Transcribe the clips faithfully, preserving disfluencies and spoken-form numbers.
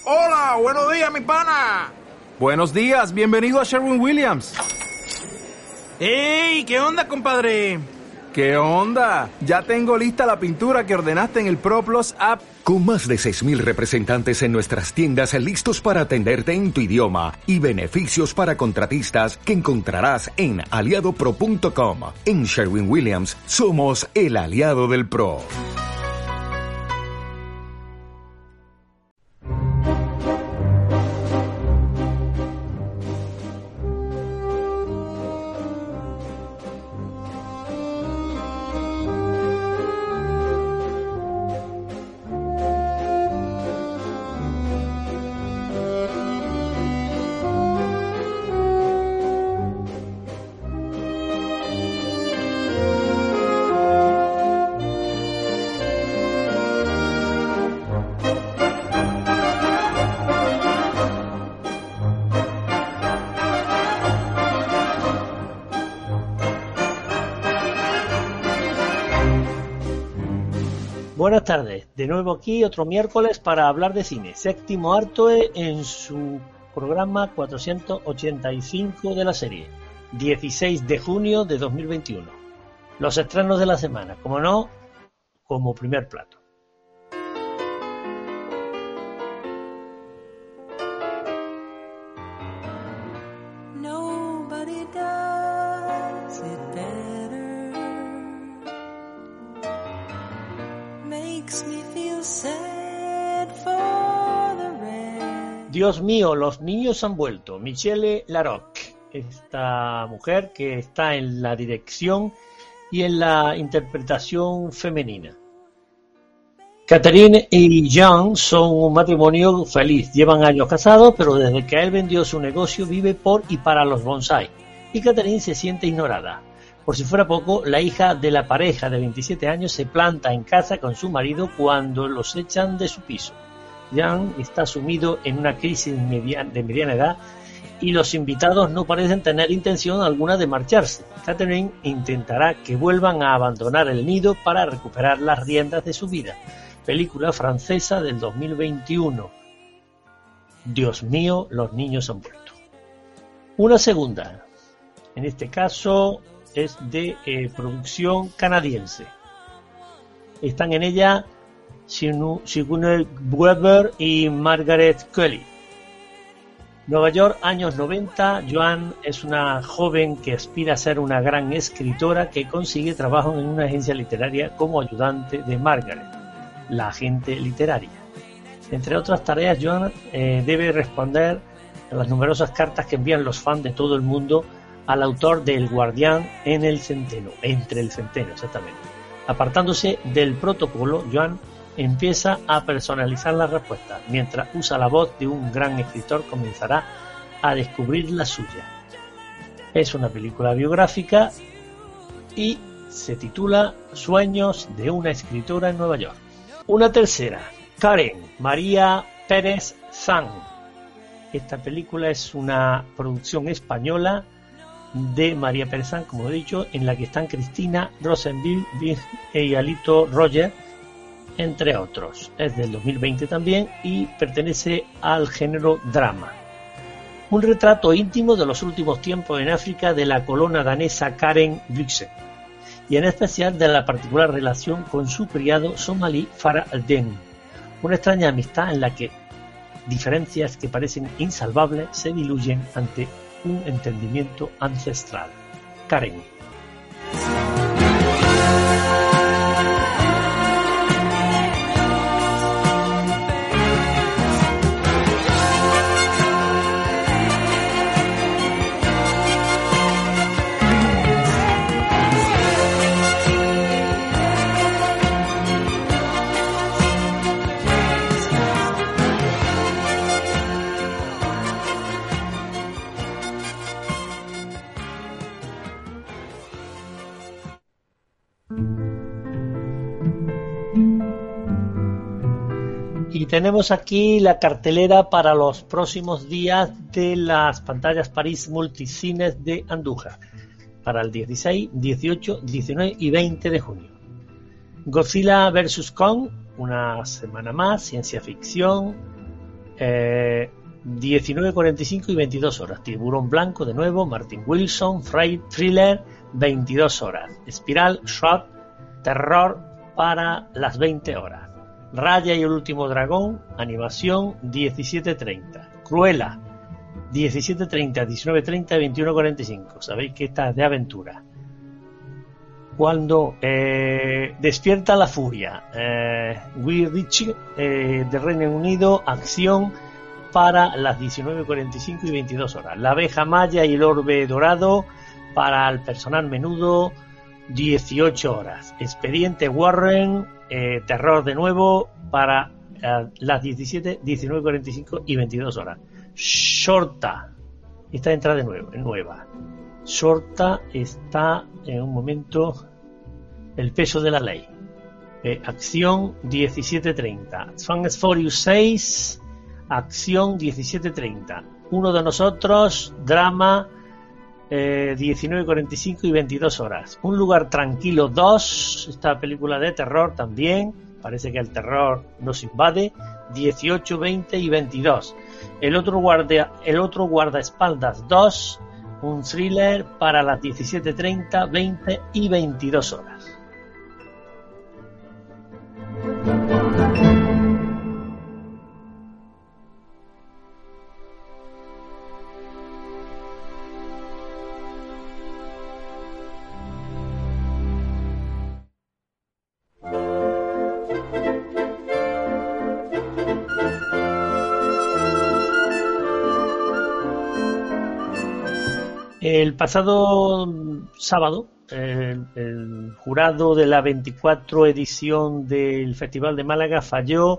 Hola, buenos días, mi pana. Buenos días, bienvenido a Sherwin-Williams. ¡Ey! ¿Qué onda, compadre? ¿Qué onda? Ya tengo lista la pintura que ordenaste en el ProPlus app. Con más de seis mil representantes en nuestras tiendas listos para atenderte en tu idioma y beneficios para contratistas que encontrarás en aliado pro punto com. En Sherwin-Williams somos el aliado del pro. Buenas tardes, de nuevo aquí otro miércoles para hablar de cine, séptimo Artoe en su programa cuatrocientos ochenta y cinco de la serie, dieciséis de junio de dos mil veintiuno. Los estrenos de la semana, como no, como primer plato. Dios mío, los niños han vuelto. Michelle Larocque, esta mujer que está en la dirección y en la interpretación femenina. Catherine y Jean son un matrimonio feliz. Llevan años casados, pero desde que él vendió su negocio vive por y para los bonsai. Y Catherine se siente ignorada. Por si fuera poco, la hija de la pareja de veintisiete años se planta en casa con su marido cuando los echan de su piso. Jean está sumido en una crisis mediana, de mediana edad y los invitados no parecen tener intención alguna de marcharse. Catherine intentará que vuelvan a abandonar el nido para recuperar las riendas de su vida. Película francesa del dos mil veintiuno. Dios mío, los niños han vuelto. Una segunda, en este caso es de eh, producción canadiense. Están en ella Sigourney Weaver y Margaret Qualley. Nueva York, años noventa. Joan es una joven que aspira a ser una gran escritora que consigue trabajo en una agencia literaria como ayudante de Margaret, la agente literaria. Entre otras tareas, Joan eh, debe responder a las numerosas cartas que envían los fans de todo el mundo al autor de El Guardián en el Centeno, entre el Centeno exactamente. Apartándose del protocolo, Joan empieza a personalizar las respuestas. Mientras usa la voz de un gran escritor, comenzará a descubrir la suya. Es una película biográfica y se titula Sueños de una escritora en Nueva York. Una tercera, Karen, María Pérez Zan. Esta película es una producción española de María Pérez Zan, como he dicho, en la que están Cristina Rosenville y Alito Roger, entre otros. Es del dos mil veinte también y pertenece al género drama. Un retrato íntimo de los últimos tiempos en África de la colonia danesa Karen Blixen, y en especial de la particular relación con su criado somalí Farah al-Den. Una extraña amistad en la que diferencias que parecen insalvables se diluyen ante un entendimiento ancestral. Karen. Y tenemos aquí la cartelera para los próximos días de las pantallas París Multicines de Andújar, para el dieciséis, dieciocho, diecinueve y veinte de junio. Godzilla versus. Kong, una semana más, ciencia ficción, Eh, diecinueve cuarenta y cinco y veintidós horas. Tiburón Blanco, de nuevo, Martin Wilson, Thriller, veintidós horas. Espiral, Shot, Terror, para las veinte horas. Raya y el último dragón, animación, diecisiete treinta. Cruella, diecisiete treinta, diecinueve treinta, veintiuno cuarenta y cinco. Sabéis que esta es de aventura. Cuando eh, Despierta la furia, eh, Guy Ritchie, eh, de Reino Unido, acción, para las diecinueve cuarenta y cinco y veintidós horas. La abeja maya y el orbe dorado, para el personal menudo, dieciocho horas. Expediente Warren, eh, terror de nuevo, para eh, las diecisiete, diecinueve cuarenta y cinco y veintidós horas. Shorta, esta entra de nuevo, nueva. Shorta está en un momento, El peso de la ley. Eh, acción diecisiete treinta. Fast and Furious seis, acción diecisiete treinta. Uno de nosotros, drama, eh, diecinueve cuarenta y cinco y veintidós horas. Un lugar tranquilo dos, esta película de terror también, parece que el terror nos invade, dieciocho, veinte y veintidós. El otro guardia, el otro guardaespaldas dos, un thriller, para las diecisiete treinta, veinte y veintidós horas. El pasado sábado, el, el jurado de la veinticuatro edición del Festival de Málaga falló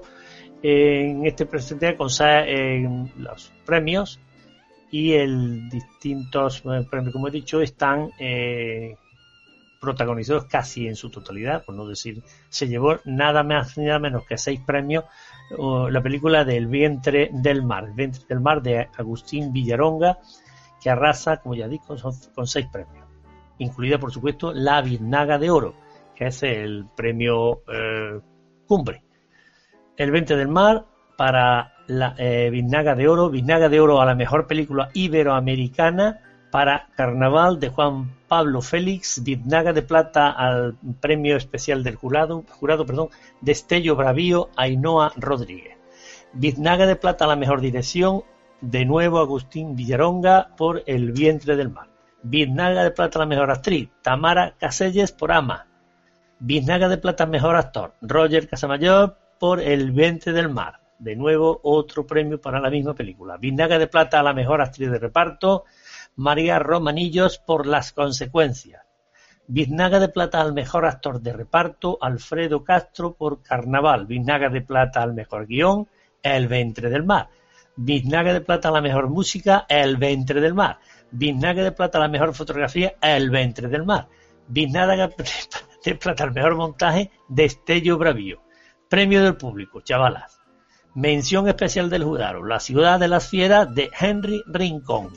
en este presente con en los premios, y el distintos premios, como he dicho, están eh, protagonizados casi en su totalidad, por no decir, se llevó nada más ni nada menos que seis premios uh, la película del Vientre del Mar, El Vientre del Mar, de Agustín Villaronga, que arrasa, como ya digo, son, con seis premios, incluida por supuesto la Biznaga de Oro, que es el premio eh, cumbre. El Vientre del Mar para la eh, Biznaga de Oro, Biznaga de Oro a la mejor película iberoamericana para Carnaval, de Juan Pablo Félix. Biznaga de Plata al premio especial del jurado, jurado perdón, Destello Bravío, Ainhoa Rodríguez. Biznaga de Plata a la mejor dirección, de nuevo Agustín Villaronga por El Vientre del Mar. Biznaga de Plata a la mejor actriz, Tamara Caselles por Ama. Biznaga de Plata mejor actor, Roger Casamayor por El Vientre del Mar. De nuevo otro premio para la misma película. Biznaga de Plata a la mejor actriz de reparto, María Romanillos por Las consecuencias. Biznaga de Plata al mejor actor de reparto, Alfredo Castro por Carnaval. Biznaga de Plata al mejor guión, El Vientre del Mar. Biznaga de Plata a la mejor música, El Vientre del Mar. Biznaga de Plata a la mejor fotografía, El Vientre del Mar. Biznaga de Plata al mejor montaje, Destello Bravío. Premio del público, chavalas. Mención especial del jurado, La ciudad de las fieras, de Henry Rincón.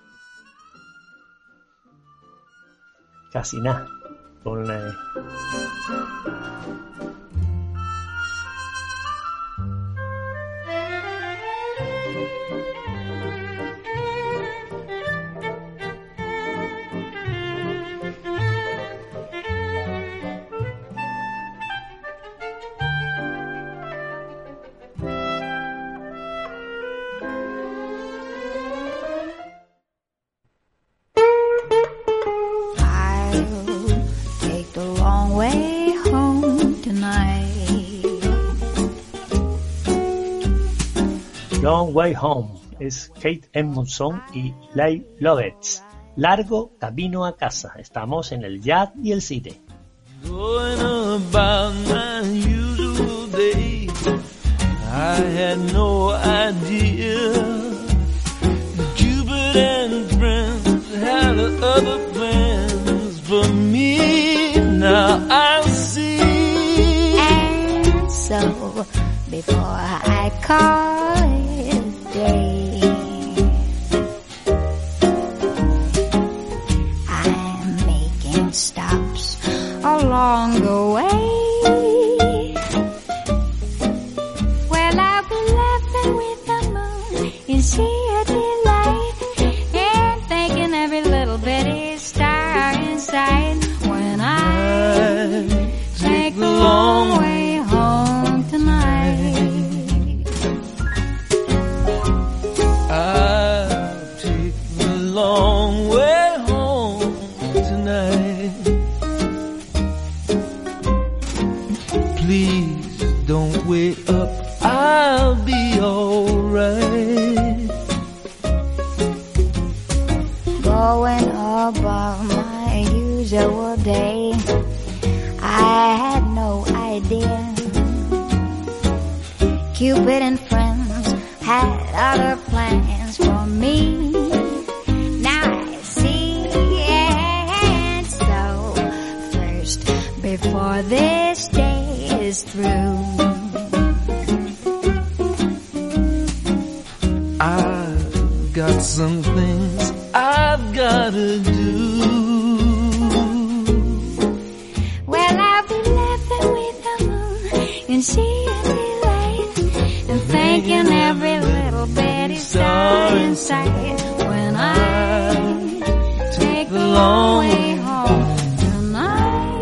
Casi nada. Con la... Long Way Home es Kate Edmondson y Leigh Lovett. Largo camino a casa. Estamos en el Jazz y el Cine. Going about my usual day, I had no idea Cupid and friends had other plans for me. Now I see. And so before I call it day, I'm making stops along the way. Well, I'll be laughing with the can see a delight in thinking every little bitty star inside. When I take the long way home tonight, I'll take the long way home tonight. Please don't wait up, I'll be alright. Going above my usual day, I had no idea Cupid and friends had other plans for me. Now I see, and so first, before this day is through, I've got some things I've gotta do. well, I'll be laughing with the moon and see a delight and thanking every little bitty star inside. When I take the long way home tonight,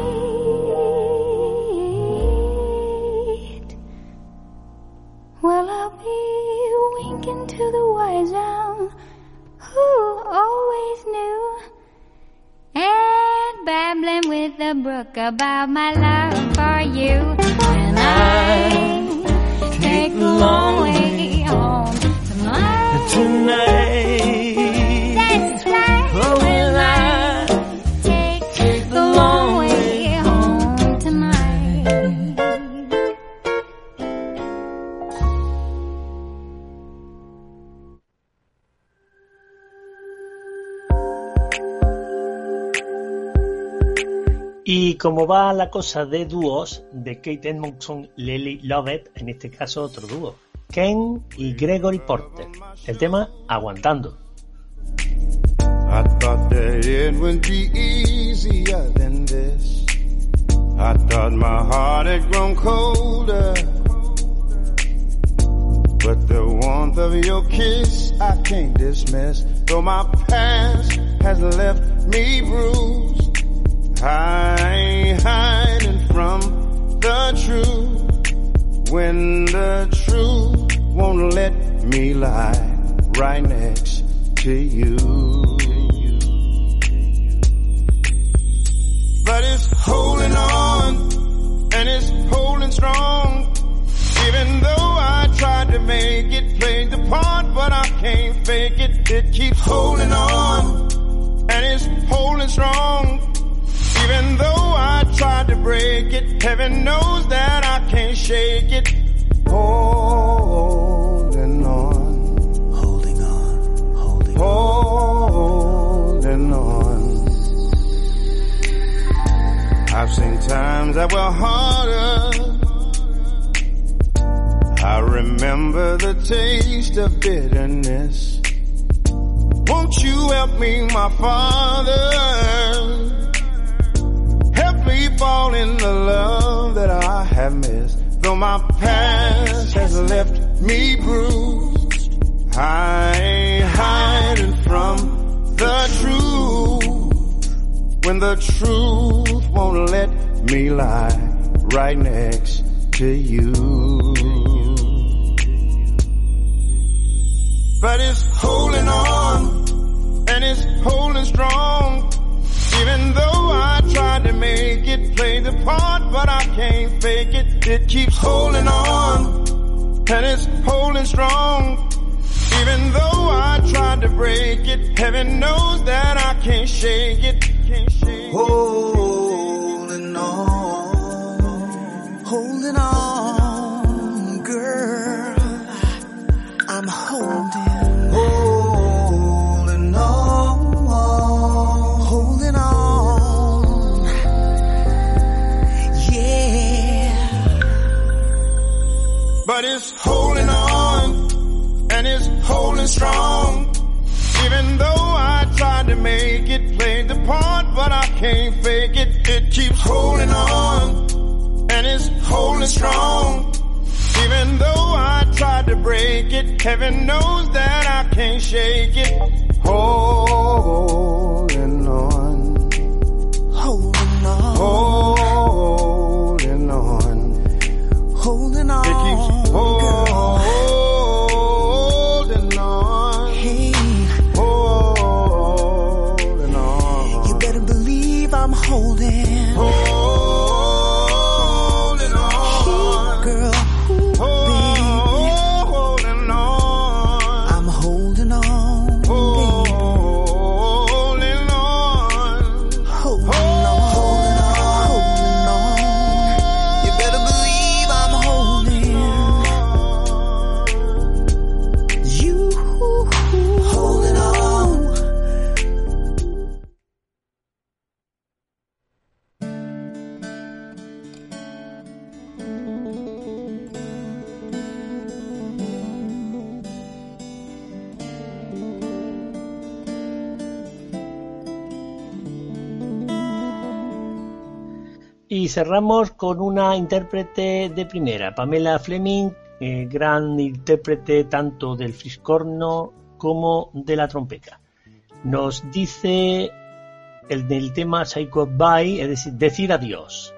well, I'll be winking to the wise owl who always knew, and babbling with the brook about my love for you. When I take the long way home tonight, Tonight, that's right. oh, When when I I take the long way home tonight. Y como va la cosa de dúos de Kate Edmondson, Lily Lovett, en este caso otro dúo, Ken y Gregory Porter. El tema Aguantando. I thought that it would be easier than this. I thought my heart had grown colder, but the warmth of your kiss I can't dismiss. Though my past has left me bruised, I ain't hiding from the truth. When the truth won't let me lie right next to you. But it's holding on, and it's holding strong. Even though I tried to make it, played the part, but I can't fake it. It keeps holding on, and it's holding strong. Even though I tried to break it, heaven knows that I can't shake it. Holding on, holding on, holding on, holding on. I've seen times that were harder. I remember the taste of bitterness. Won't you help me, my Father? Help me fall in the love that I have missed. Though my past has left me bruised, I ain't hiding from the truth. When the truth won't let me lie right next to you. But it's holding on, and it's holding strong. Even though I tried to make it, play the part, but I can't fake it. It keeps holding on, and it's holding strong. Even though I tried to break it, heaven knows that I can't shake it. Can't shake it. Holding on, holding on, girl. I'm holding, holding on, holding on, yeah. But it's holding on, and it's holding strong. Even though I tried to make it, played the part, but I can't fake it. It keeps holding on, and it's holding strong. Even though I tried to break it. Heaven knows that I can't shake it. Holding on, Holding on, holding on, holding on, it keeps girl. holding on, Hey, holding on. you better believe I'm holding. Holding on, Girl, ooh, baby, holding on, I'm holding on, baby. holding on, Holding on, holding on, holding on. You better believe I'm holding you, holding on. Y cerramos con una intérprete de primera, Pamela Fleming, eh, gran intérprete tanto del fliscorno como de la trompeta. Nos dice el del tema Say Goodbye, es decir, decir adiós.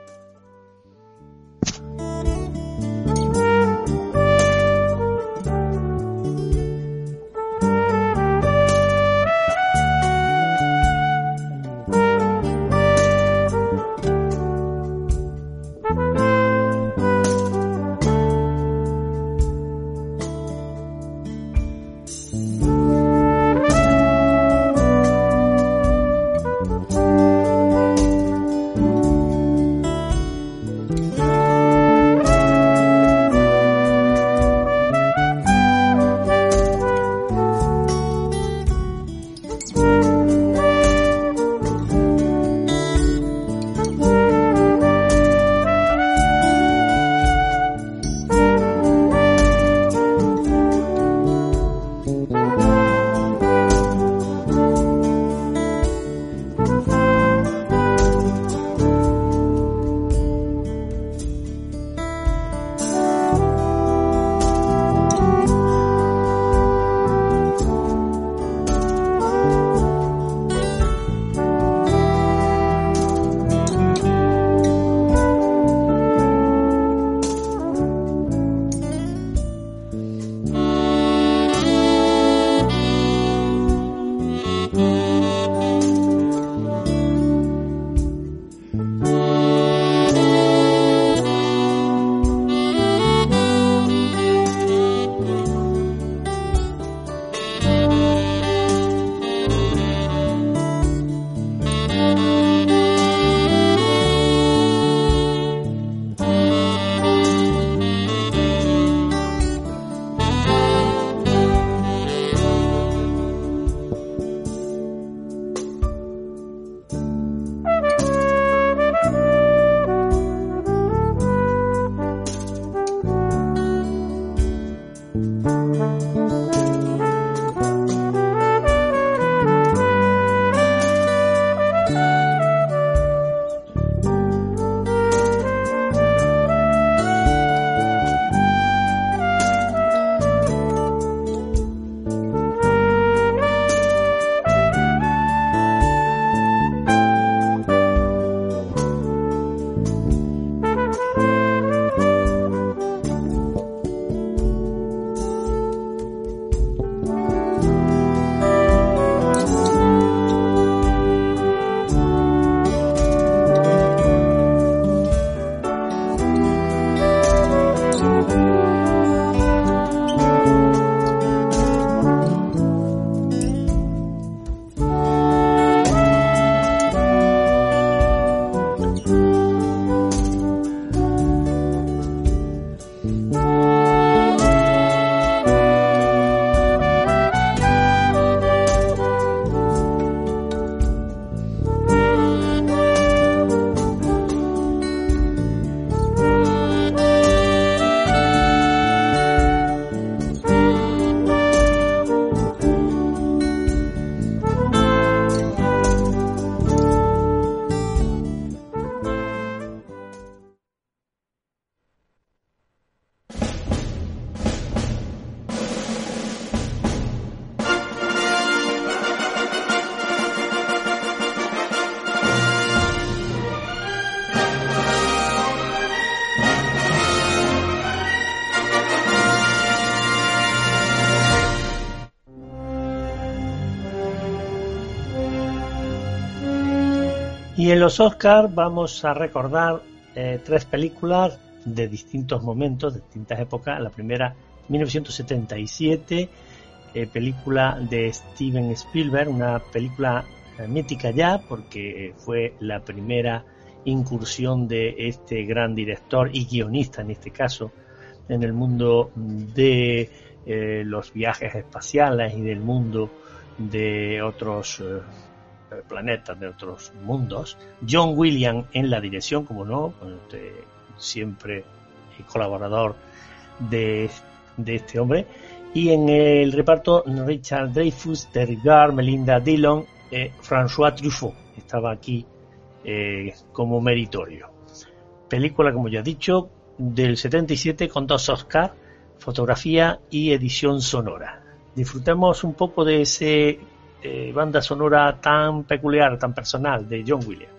Y en los Oscars vamos a recordar eh, tres películas de distintos momentos, de distintas épocas. La primera, mil novecientos setenta y siete, eh, película de Steven Spielberg, una película eh, mítica ya, porque fue la primera incursión de este gran director y guionista, en este caso, en el mundo de eh, los viajes espaciales y del mundo de otros eh, planetas, de otros mundos. John Williams en la dirección, como no, este, siempre colaborador de, de este hombre, y en el reparto Richard Dreyfuss, Terry Garr, Melinda Dillon, eh, François Truffaut estaba aquí eh, como meritorio. Película, como ya he dicho, del setenta y siete, con dos Oscars, fotografía y edición sonora. Disfrutemos un poco de ese eh, banda sonora tan peculiar, tan personal de John Williams.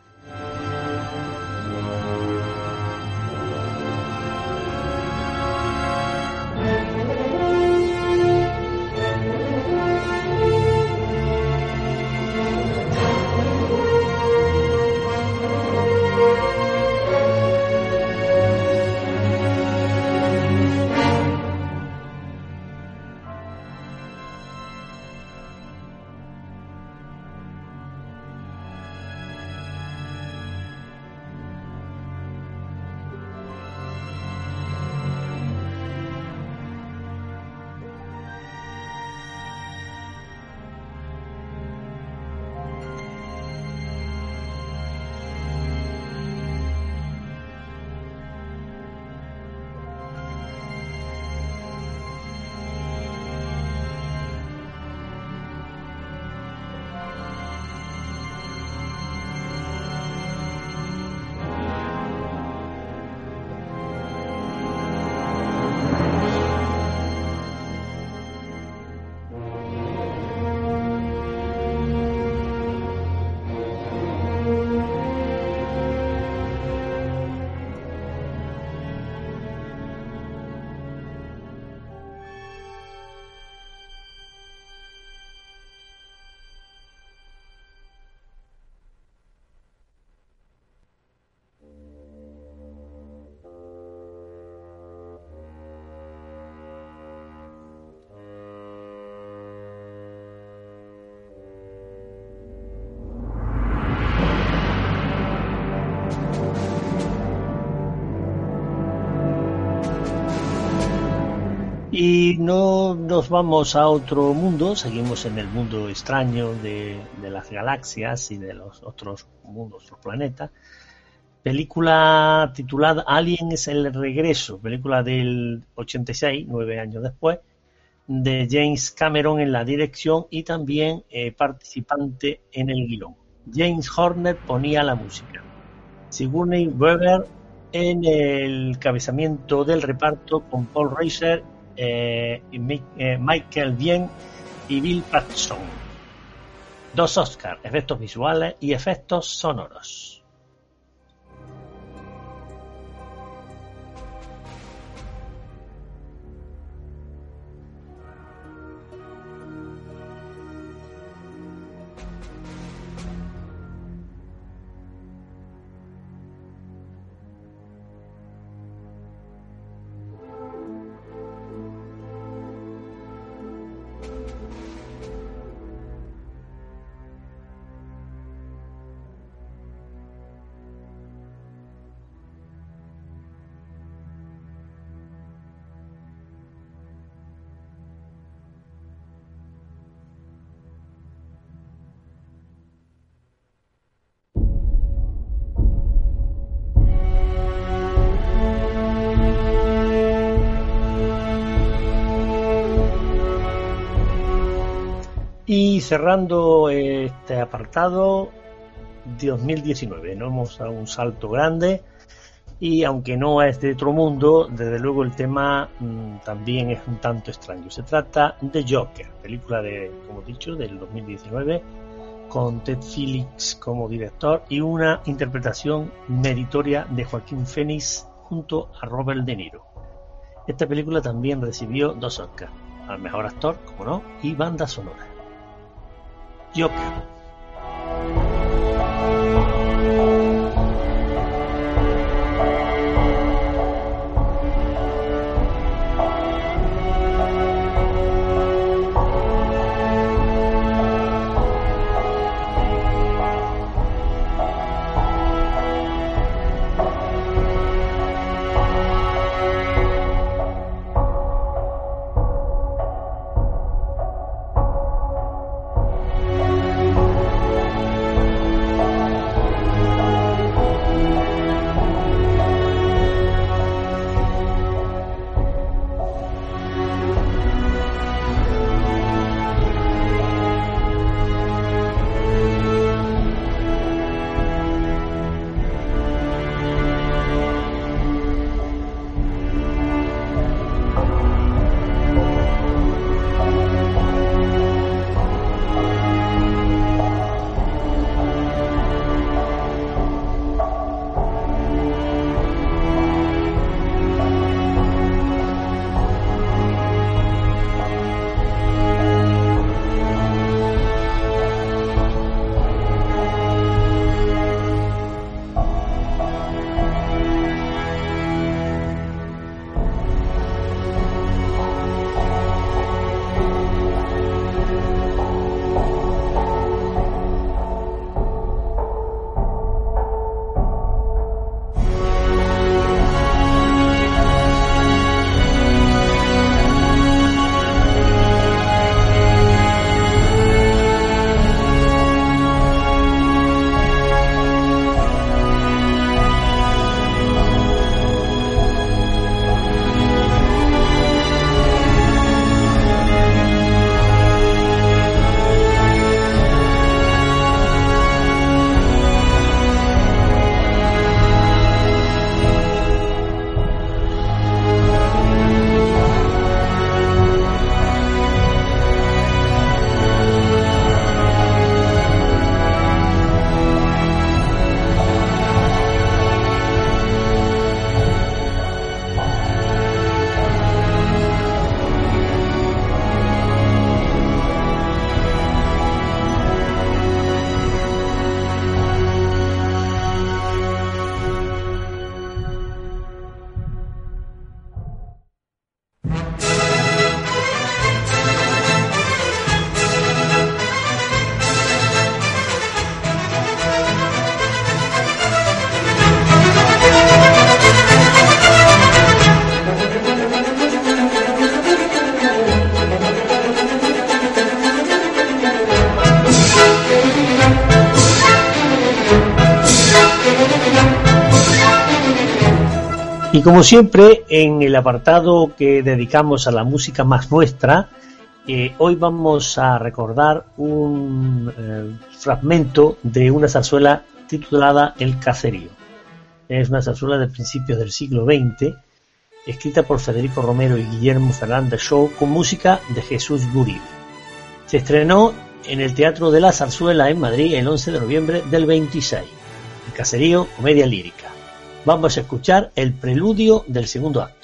Y no nos vamos a otro mundo, seguimos en el mundo extraño de, de las galaxias y de los otros mundos, otros planetas. Película titulada Aliens el regreso, película del ochenta y seis, nueve años después, de James Cameron en la dirección y también eh, participante en el guión. James Horner ponía la música. Sigourney Weaver en el cabezamiento del reparto con Paul Reiser, Eh, y eh, Michael Biehn y Bill Paxton. Dos Oscars, efectos visuales y efectos sonoros. Y cerrando este apartado, dos mil diecinueve, nos hemos dado un salto grande y aunque no es de otro mundo, desde luego el tema mmm, también es un tanto extraño. Se trata de Joker, película de, como he dicho, del dos mil diecinueve, con Ted Phillips como director y una interpretación meritoria de Joaquín Phoenix junto a Robert De Niro. Esta película también recibió dos Oscars, al mejor actor, como no, y banda sonora. Joker. Y como siempre, en el apartado que dedicamos a la música más nuestra, eh, hoy vamos a recordar un eh, fragmento de una zarzuela titulada El Caserío. Es una zarzuela de principios del siglo veinte, escrita por Federico Romero y Guillermo Fernández Shaw, con música de Jesús Guridi. Se estrenó en el Teatro de la Zarzuela en Madrid el once de noviembre del veintiséis. El Caserío, comedia lírica. Vamos a escuchar el preludio del segundo acto.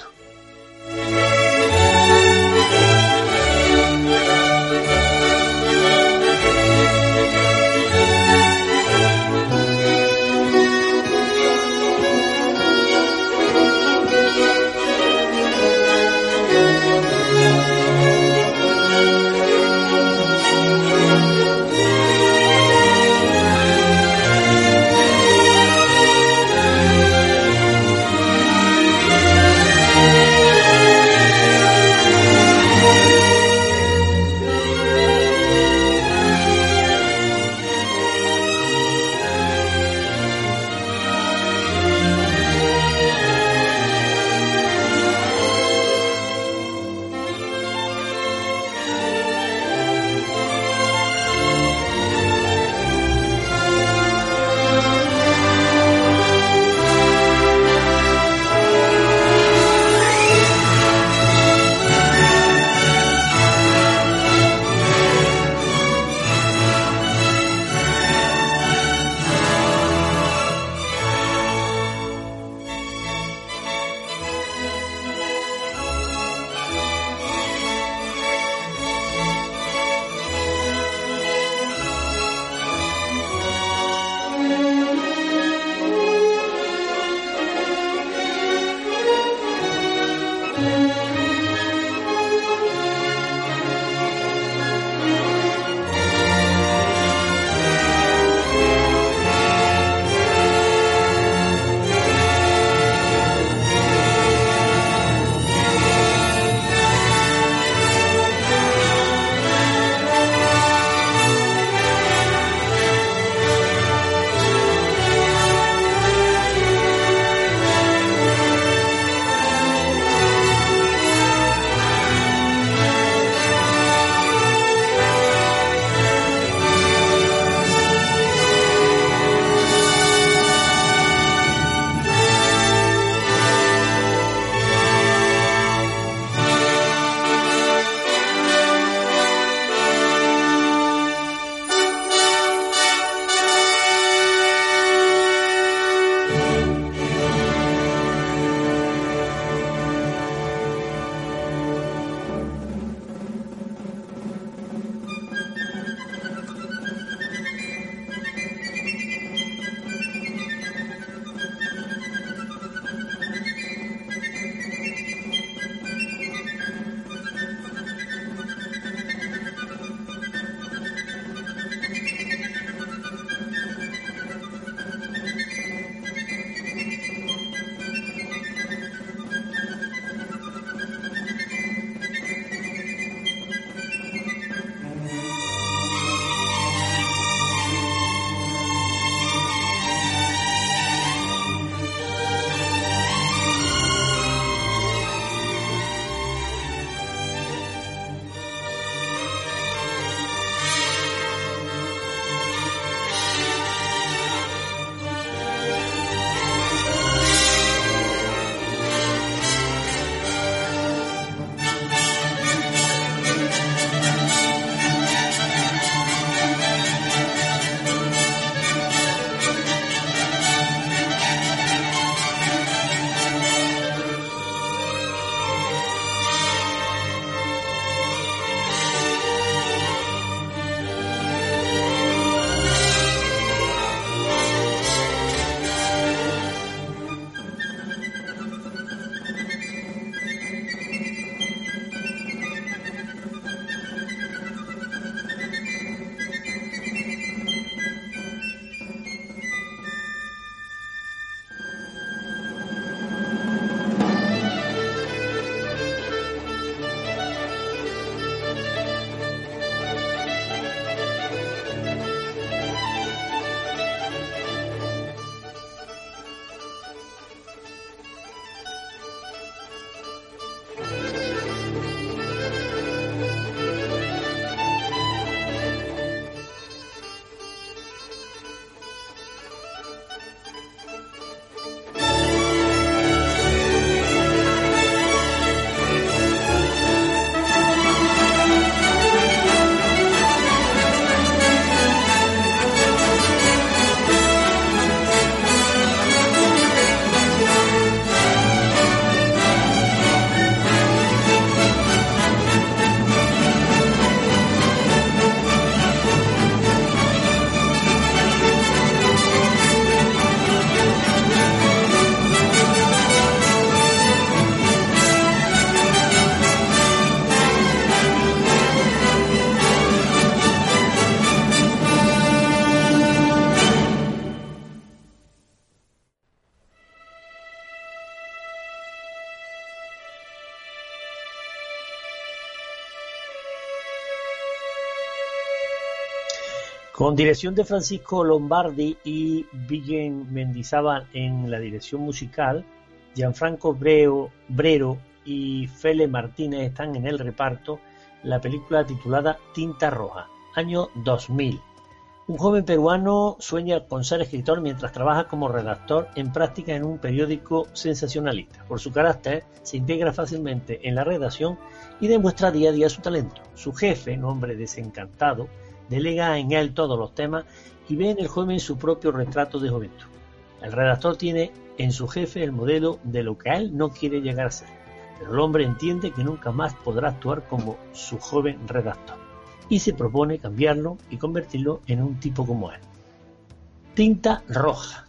Con dirección de Francisco Lombardi y Villen Mendizábal en la dirección musical, Gianfranco Breo, Brero y Fele Martínez están en el reparto. La película titulada Tinta Roja, año dos mil. Un joven peruano sueña con ser escritor mientras trabaja como redactor en práctica en un periódico sensacionalista. Por su carácter, se integra fácilmente en la redacción y demuestra día a día su talento. Su jefe, un hombre desencantado, delega en él todos los temas y ve en el joven su propio retrato de juventud. El redactor tiene en su jefe el modelo de lo que él no quiere llegar a ser, pero el hombre entiende que nunca más podrá actuar como su joven redactor y se propone cambiarlo y convertirlo en un tipo como él. Tinta Roja.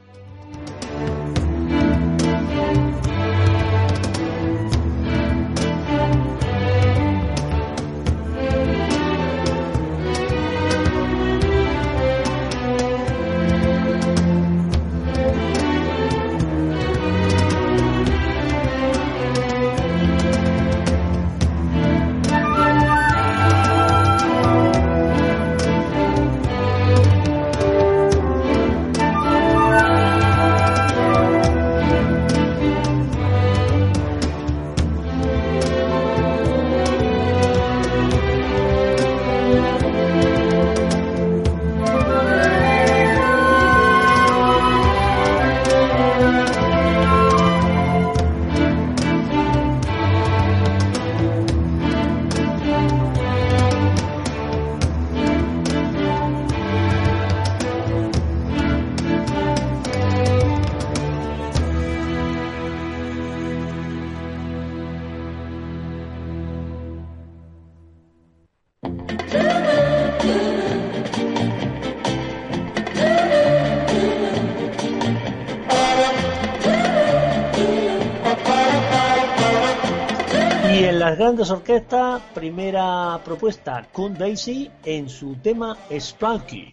Grandes orquestas, primera propuesta, Count Basie en su tema Spanky.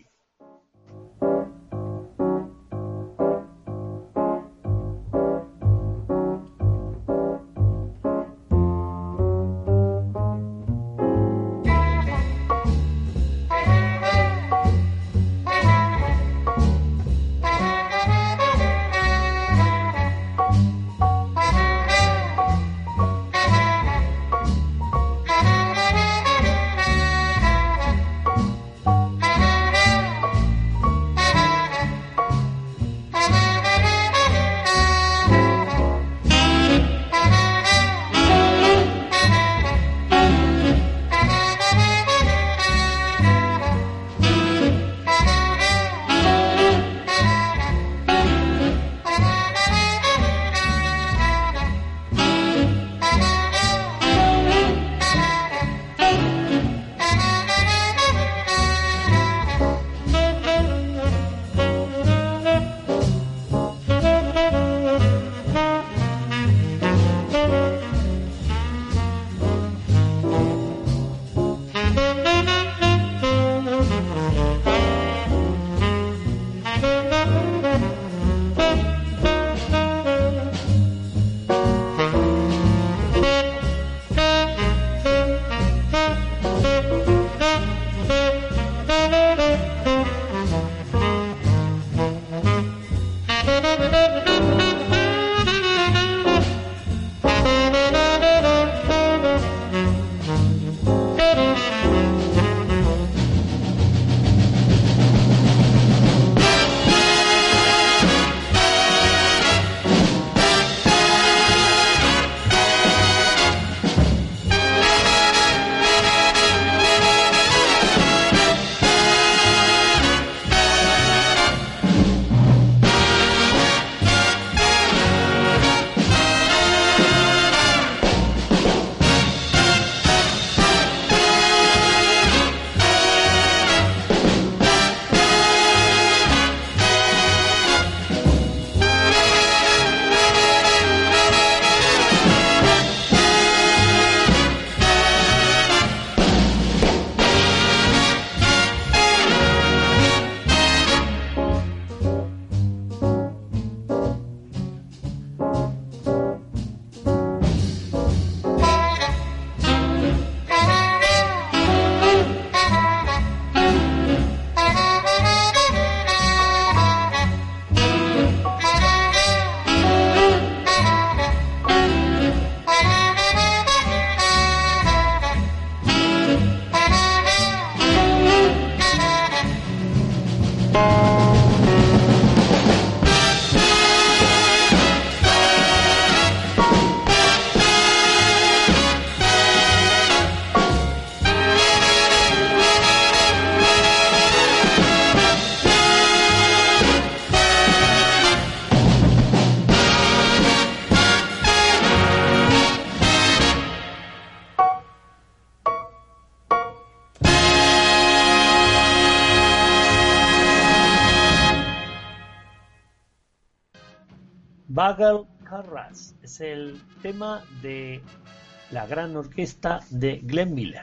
Bugle Carras es el tema de la gran orquesta de Glenn Miller.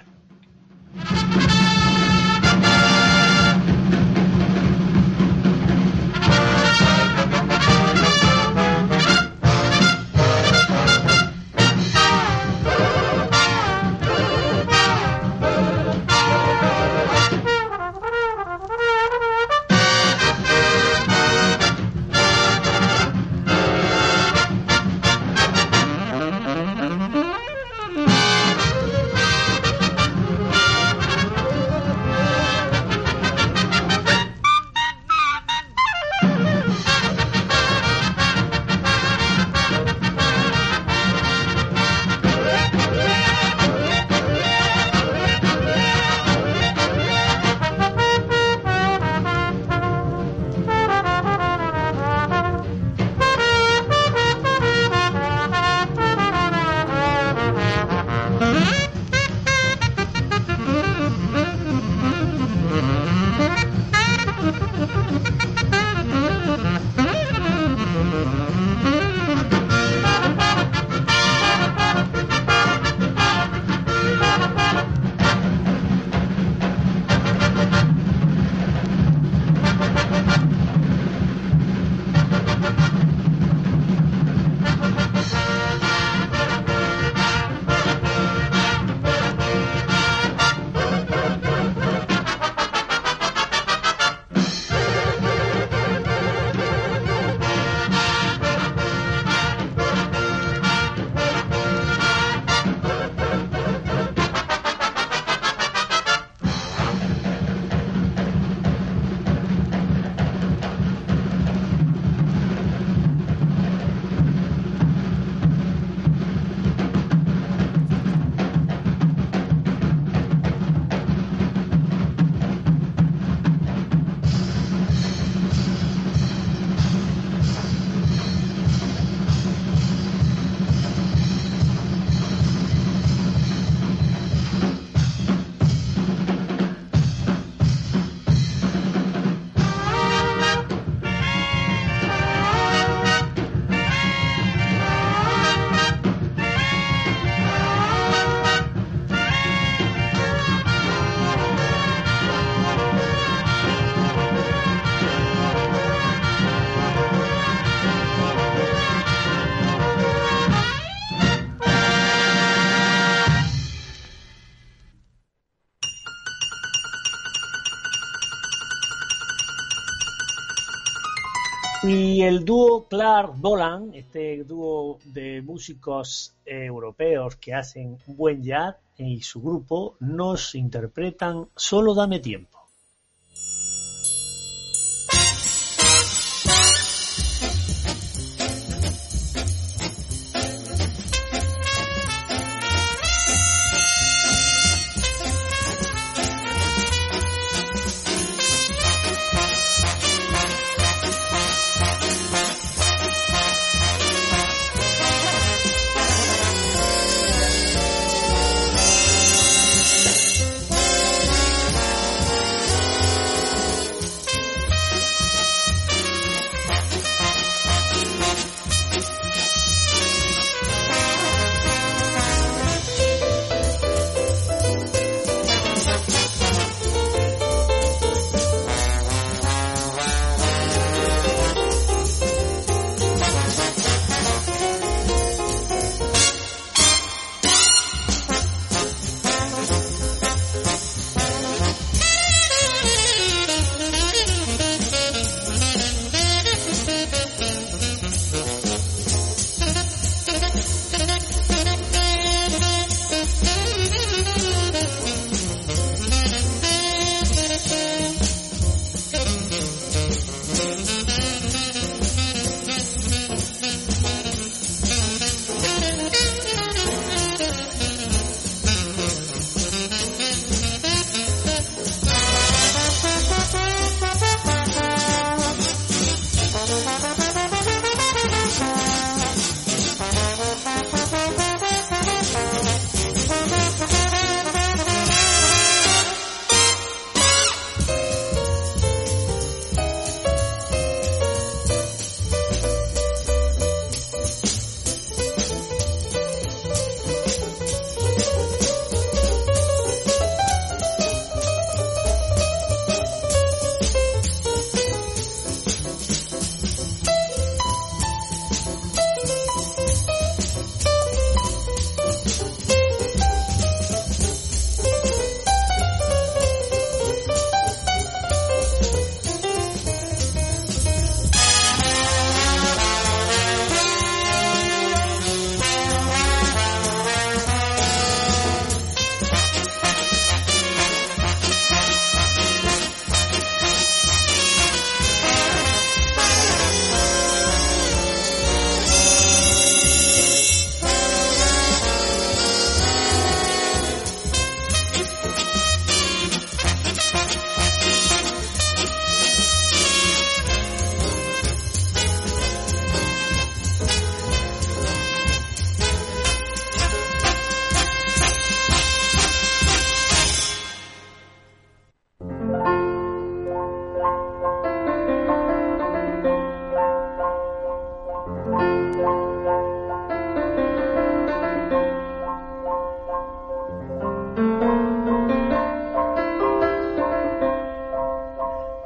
Y el dúo Clark Dolan, este dúo de músicos eh, europeos que hacen buen jazz, y su grupo nos interpretan Solo dame tiempo.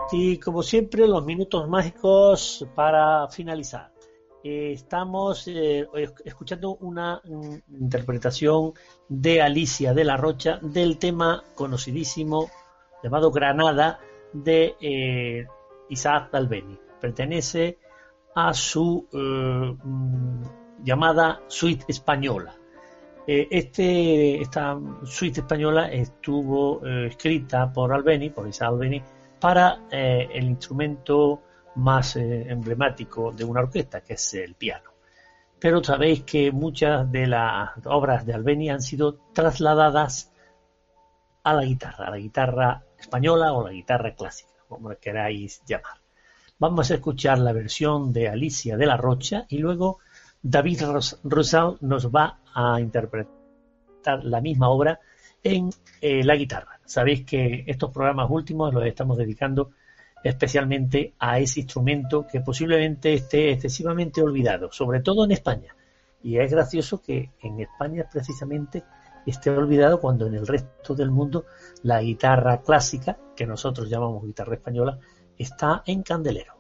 Y como siempre, los minutos mágicos para finalizar. Eh, estamos eh, escuchando una mm, interpretación de Alicia de la Rocha del tema conocidísimo llamado Granada de eh, Isaac Dalbeni. Pertenece a su eh, mm, llamada suite española. Eh, este, esta suite española estuvo eh, escrita por Albeni, por Isaac Albeni, para eh, el instrumento más eh, emblemático de una orquesta, que es el piano. Pero sabéis que muchas de las obras de Albeni han sido trasladadas a la guitarra, a la guitarra española o la guitarra clásica, como la queráis llamar. Vamos a escuchar la versión de Alicia de la Rocha y luego David Ros- Rosal nos va a interpretar la misma obra en eh, la guitarra. Sabéis que estos programas últimos los estamos dedicando especialmente a ese instrumento que posiblemente esté excesivamente olvidado, sobre todo en España. Y es gracioso que en España precisamente esté olvidado cuando en el resto del mundo la guitarra clásica, que nosotros llamamos guitarra española, está en candelero.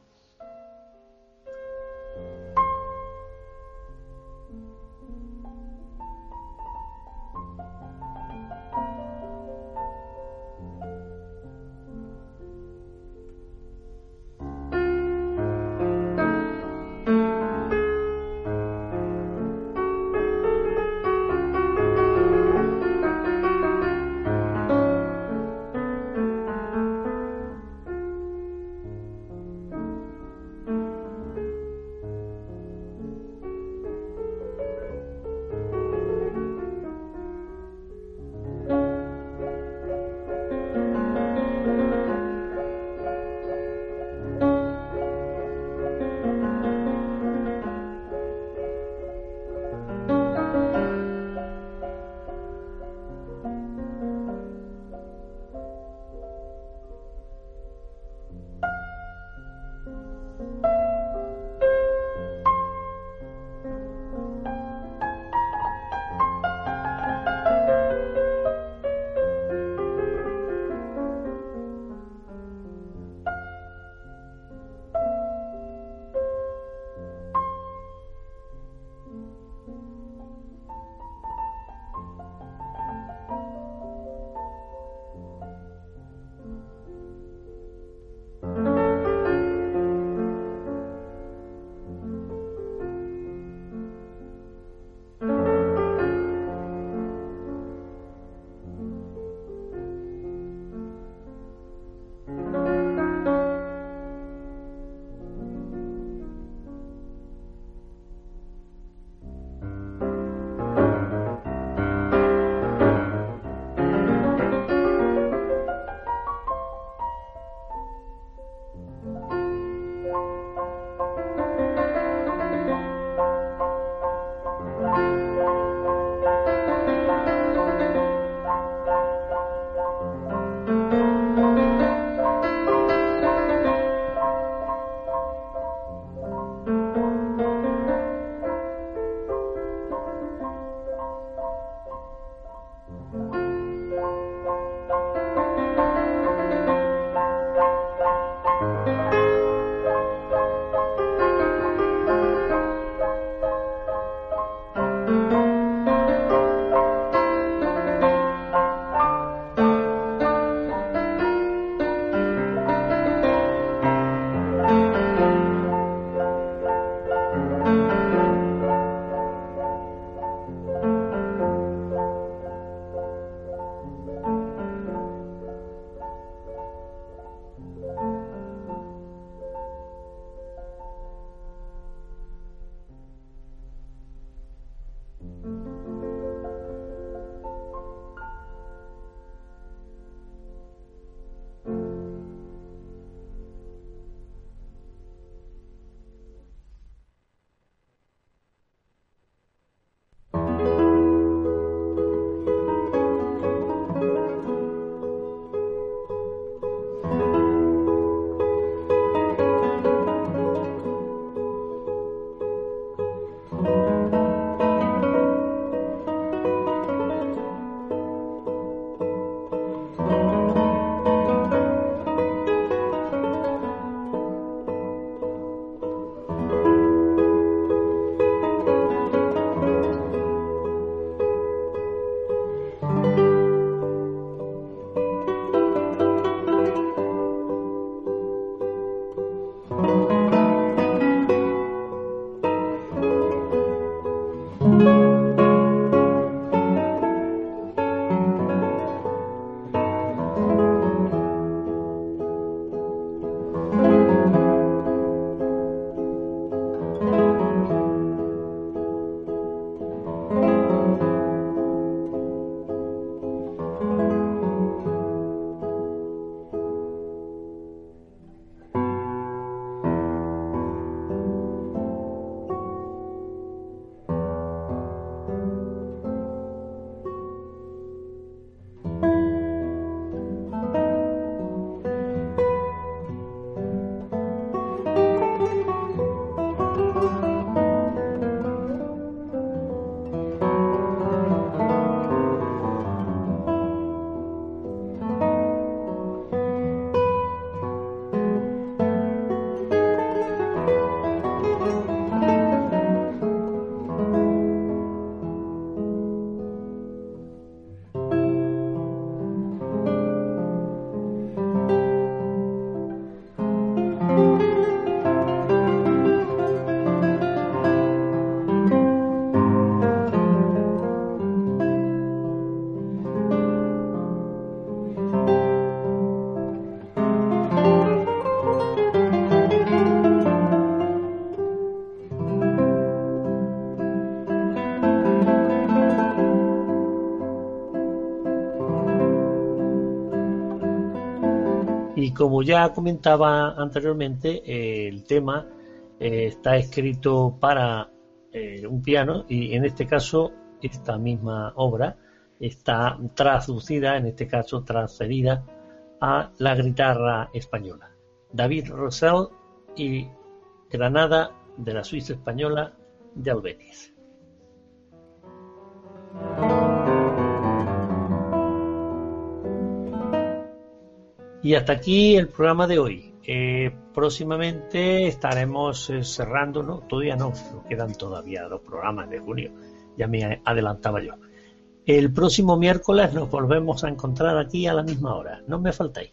Y como ya comentaba anteriormente, eh, el tema eh, está escrito para eh, un piano, y en este caso esta misma obra está traducida, en este caso transferida a la guitarra española. David Rossell y Granada, de la Suiza española de Albéniz. Y hasta aquí el programa de hoy. Eh, próximamente estaremos eh, cerrando, no, todavía no, nos quedan todavía dos programas de junio, ya me adelantaba yo. El próximo miércoles nos volvemos a encontrar aquí a la misma hora, no me faltáis.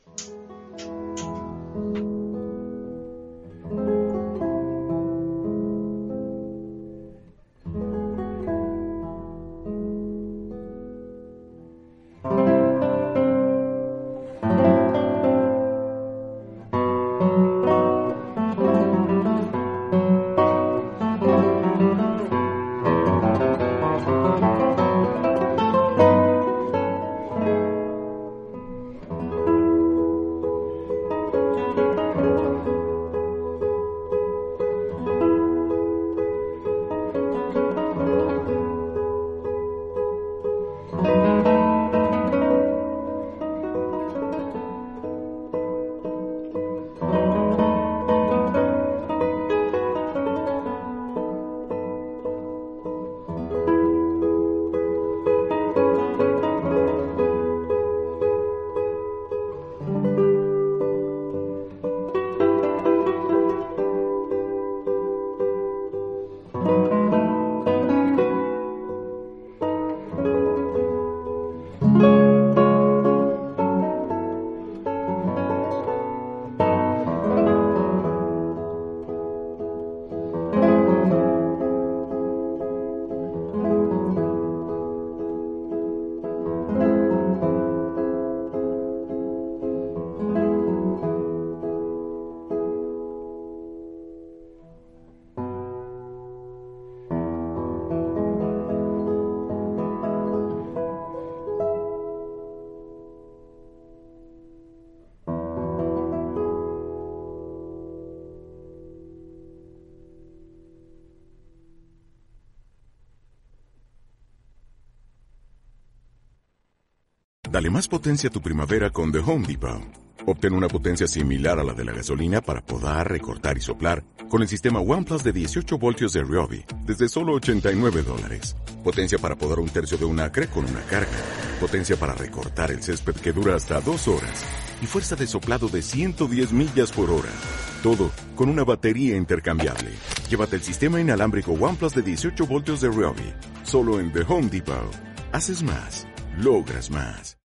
Dale más potencia a tu primavera con The Home Depot. Obtén una potencia similar a la de la gasolina para podar, recortar y soplar con el sistema OnePlus de dieciocho voltios de Ryobi desde solo ochenta y nueve dólares. Potencia para podar un tercio de un acre con una carga. Potencia para recortar el césped que dura hasta dos horas. Y fuerza de soplado de ciento diez millas por hora. Todo con una batería intercambiable. Llévate el sistema inalámbrico OnePlus de dieciocho voltios de Ryobi. Solo en The Home Depot. Haces más. Logras más.